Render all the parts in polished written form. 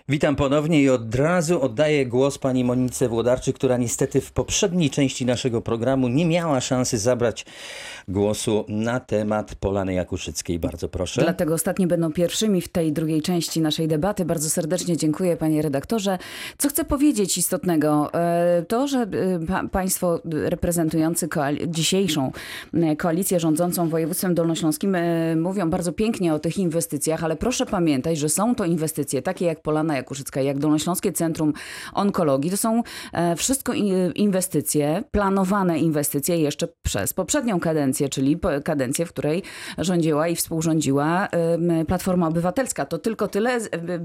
Witam ponownie i od razu oddaję głos pani Monice Włodarczyk, która niestety w poprzedniej części naszego programu nie miała szansy zabrać głosu na temat Polany Jakuszyckiej. Bardzo proszę. Dlatego ostatni będą pierwszymi w tej drugiej części naszej debaty. Bardzo serdecznie dziękuję, panie redaktorze. Co chcę powiedzieć istotnego? To, że państwo reprezentujący dzisiejszą koalicję rządzącą województwem dolnośląskim mówią bardzo pięknie o tych inwestycjach, ale proszę pamiętać, że są to inwestycje takie jak Polana Jakuszycka, jak Dolnośląskie Centrum Onkologii. To są wszystko inwestycje, planowane inwestycje jeszcze przez poprzednią kadencję, czyli kadencję, w której rządziła i współrządziła Platforma Obywatelska. To tylko tyle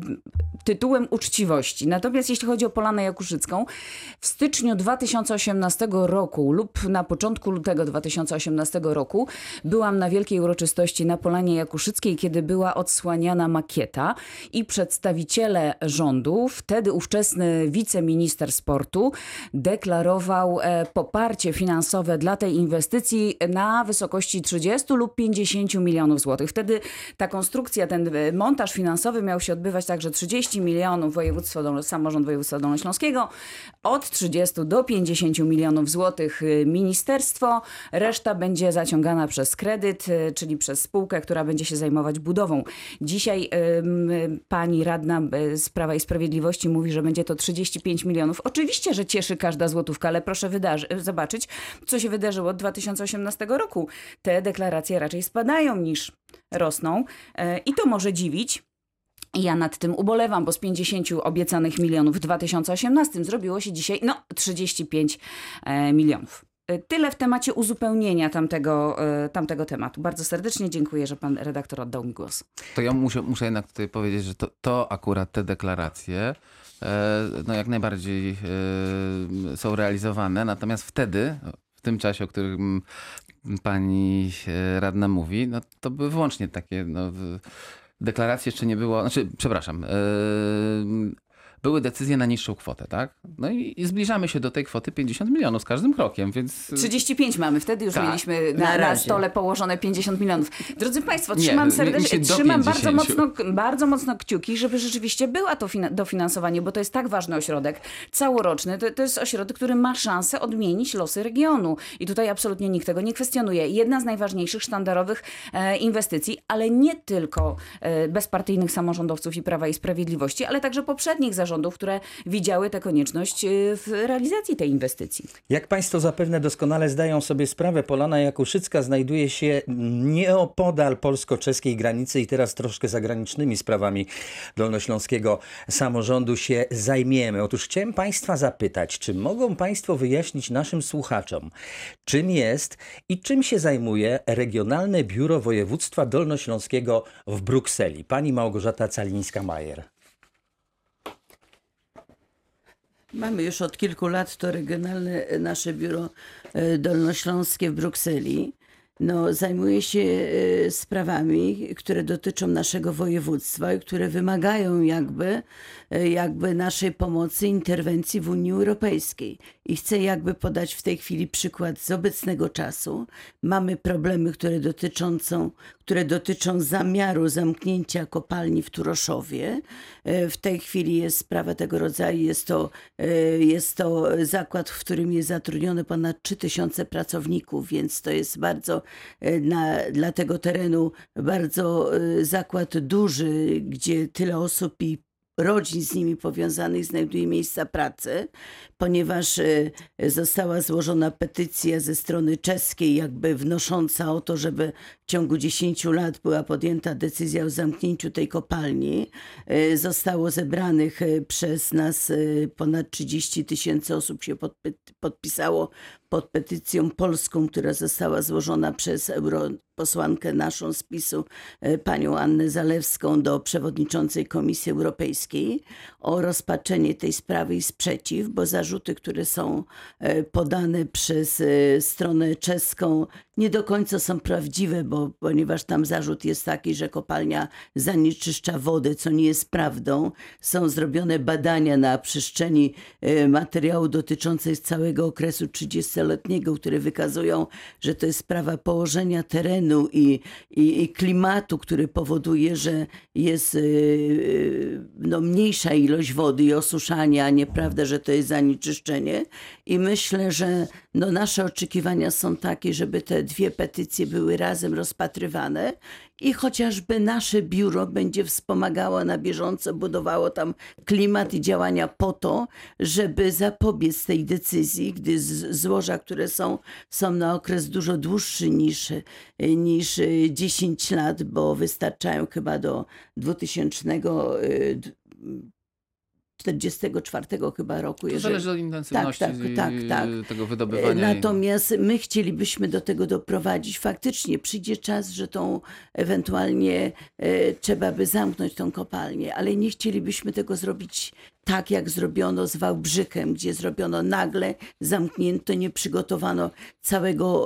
tytułem uczciwości. Natomiast jeśli chodzi o Polanę Jakuszycką, w styczniu 2018 roku lub na początku lutego 2018 roku byłam na wielkiej uroczystości na Polanie Jakuszyckiej, kiedy była odsłaniana makieta i przedstawiciele rządu, wtedy ówczesny wiceminister sportu, deklarował poparcie finansowe dla tej inwestycji na wysokości 30 lub 50 milionów złotych. Wtedy ta konstrukcja, ten montaż finansowy miał się odbywać tak, że 30 milionów samorząd województwa dolnośląskiego, od 30 do 50 milionów złotych ministerstwo, reszta będzie zaciągana przez kredyt, czyli przez spółkę, która będzie się zajmować budową. Dzisiaj pani radna z Prawa i Sprawiedliwości mówi, że będzie to 35 milionów. Oczywiście, że cieszy każda złotówka, ale proszę zobaczyć, co się wydarzyło od 2018 roku. Te deklaracje raczej spadają niż rosną i to może dziwić. Ja nad tym ubolewam, bo z 50 obiecanych milionów w 2018 zrobiło się dzisiaj 35 milionów. Tyle w temacie uzupełnienia tamtego tematu. Bardzo serdecznie dziękuję, że pan redaktor oddał mi głos. To ja muszę jednak tutaj powiedzieć, że to akurat te deklaracje jak najbardziej są realizowane. Natomiast wtedy, w tym czasie, o którym pani radna mówi, to były wyłącznie takie deklaracje, jeszcze nie było, były decyzje na niższą kwotę, tak? No i zbliżamy się do tej kwoty 50 milionów z każdym krokiem, więc... 35 mamy, wtedy już mieliśmy na stole położone 50 milionów. Drodzy państwo, trzymam bardzo mocno kciuki, żeby rzeczywiście była to dofinansowanie, bo to jest tak ważny ośrodek całoroczny. To jest ośrodek, który ma szansę odmienić losy regionu. I tutaj absolutnie nikt tego nie kwestionuje. Jedna z najważniejszych, sztandarowych inwestycji, ale nie tylko bezpartyjnych samorządowców i Prawa i Sprawiedliwości, ale także poprzednich zarządów, które widziały tę konieczność w realizacji tej inwestycji. Jak państwo zapewne doskonale zdają sobie sprawę, Polana Jakuszycka znajduje się nieopodal polsko-czeskiej granicy i teraz troszkę zagranicznymi sprawami dolnośląskiego samorządu się zajmiemy. Otóż chciałem państwa zapytać, czy mogą państwo wyjaśnić naszym słuchaczom, czym jest i czym się zajmuje Regionalne Biuro Województwa Dolnośląskiego w Brukseli? Pani Małgorzata Calińska-Majer. Mamy już od kilku lat to regionalne nasze biuro dolnośląskie w Brukseli. Zajmuje się sprawami, które dotyczą naszego województwa i które wymagają jakby naszej pomocy, interwencji w Unii Europejskiej. I chcę podać w tej chwili przykład z obecnego czasu. Mamy problemy, które dotyczą zamiaru zamknięcia kopalni w Turoszowie. W tej chwili jest sprawa tego rodzaju. Jest to zakład, w którym jest zatrudnione ponad 3000 pracowników, więc to jest bardzo dla tego terenu bardzo zakład duży, gdzie tyle osób i rodzin z nimi powiązanych znajduje miejsca pracy, ponieważ została złożona petycja ze strony czeskiej, wnosząca o to, żeby w ciągu 10 lat była podjęta decyzja o zamknięciu tej kopalni. Zostało zebranych przez nas ponad 30 000 osób się podpisało pod petycją polską, która została złożona przez europosłankę naszą z PiS-u, panią Annę Zalewską, do przewodniczącej Komisji Europejskiej o rozpatrzenie tej sprawy i sprzeciw, bo zarzuty, które są podane przez stronę czeską, nie do końca są prawdziwe, ponieważ tam zarzut jest taki, że kopalnia zanieczyszcza wodę, co nie jest prawdą. Są zrobione badania na przestrzeni materiału dotyczącej całego okresu 30-letniego, które wykazują, że to jest sprawa położenia terenu terenu i klimatu, który powoduje, że jest no, mniejsza ilość wody i osuszania, a nieprawda, że to jest zanieczyszczenie. I myślę, że no, nasze oczekiwania są takie, żeby te dwie petycje były razem rozpatrywane i chociażby nasze biuro będzie wspomagało na bieżąco, budowało tam klimat i działania po to, żeby zapobiec tej decyzji, gdy złoża, które są na okres dużo dłuższy niż 10 lat, bo wystarczają chyba do 2044 chyba roku. To zależy od intensywności Tak. tego wydobywania. Natomiast my chcielibyśmy do tego doprowadzić. Faktycznie przyjdzie czas, że tą ewentualnie trzeba by zamknąć tą kopalnię, ale nie chcielibyśmy tego zrobić tak, jak zrobiono z Wałbrzychem, gdzie zrobiono nagle, zamknięto, nie przygotowano całego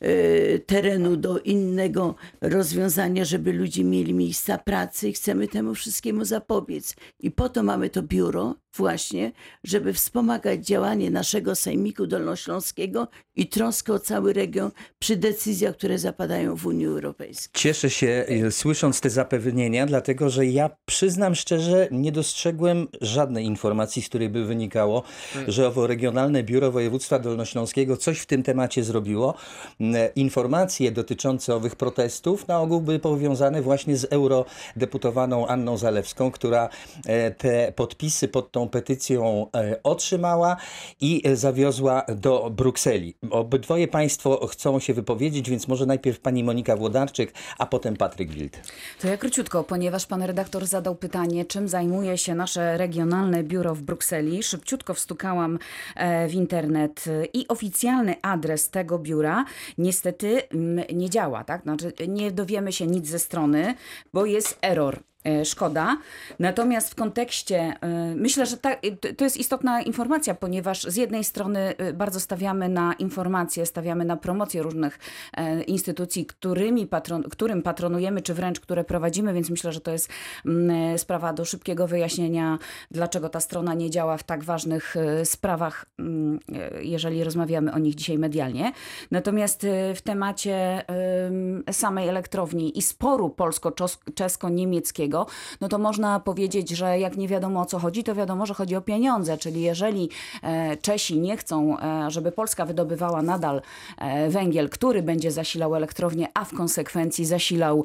terenu do innego rozwiązania, żeby ludzie mieli miejsca pracy i chcemy temu wszystkiemu zapobiec. I po to mamy to biuro właśnie, żeby wspomagać działanie naszego Sejmiku Dolnośląskiego i troskę o cały region przy decyzjach, które zapadają w Unii Europejskiej. Cieszę się słysząc te zapewnienia, dlatego że ja przyznam szczerze, nie dostrzegłem żadnej informacji, z której by wynikało, że owo Regionalne Biuro Województwa Dolnośląskiego coś w tym temacie zrobiło. Informacje dotyczące owych protestów na ogół były powiązane właśnie z eurodeputowaną Anną Zalewską, która te podpisy pod tą petycją otrzymała i zawiozła do Brukseli. Obydwoje państwo chcą się wypowiedzieć, więc może najpierw pani Monika Włodarczyk, a potem Patryk Wild. To ja króciutko, ponieważ pan redaktor zadał pytanie, czym zajmuje się nasze regionalne biuro w Brukseli. Szybciutko wstukałam w internet i oficjalny adres tego biura niestety nie działa, tak? Znaczy nie dowiemy się nic ze strony, bo jest error. Szkoda. Natomiast w kontekście, myślę, że to jest istotna informacja, ponieważ z jednej strony bardzo stawiamy na informacje, stawiamy na promocję różnych instytucji, którym patronujemy, czy wręcz które prowadzimy, więc myślę, że to jest sprawa do szybkiego wyjaśnienia, dlaczego ta strona nie działa w tak ważnych sprawach, jeżeli rozmawiamy o nich dzisiaj medialnie. Natomiast w temacie samej elektrowni i sporu polsko-czesko-niemieckiego, no to można powiedzieć, że jak nie wiadomo o co chodzi, to wiadomo, że chodzi o pieniądze. Czyli jeżeli Czesi nie chcą, żeby Polska wydobywała nadal węgiel, który będzie zasilał elektrownię, a w konsekwencji zasilał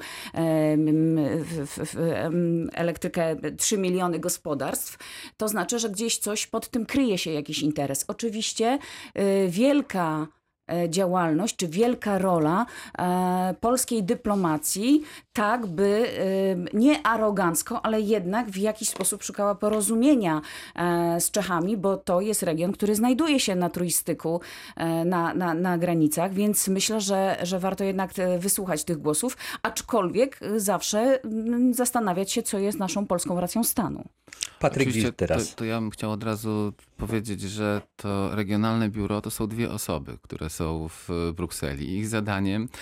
elektrykę 3 miliony gospodarstw, to znaczy, że gdzieś coś pod tym kryje się jakiś interes. Oczywiście wielka działalność, czy wielka rola polskiej dyplomacji, tak by nie arogancko, ale jednak w jakiś sposób szukała porozumienia z Czechami, bo to jest region, który znajduje się na trójstyku, na granicach, więc myślę, że warto jednak wysłuchać tych głosów, aczkolwiek zawsze zastanawiać się, co jest naszą polską racją stanu. Patryk Oczywiście Wild teraz. to ja bym chciał od razu powiedzieć, że to regionalne biuro to są dwie osoby, które są w Brukseli. Ich zadaniem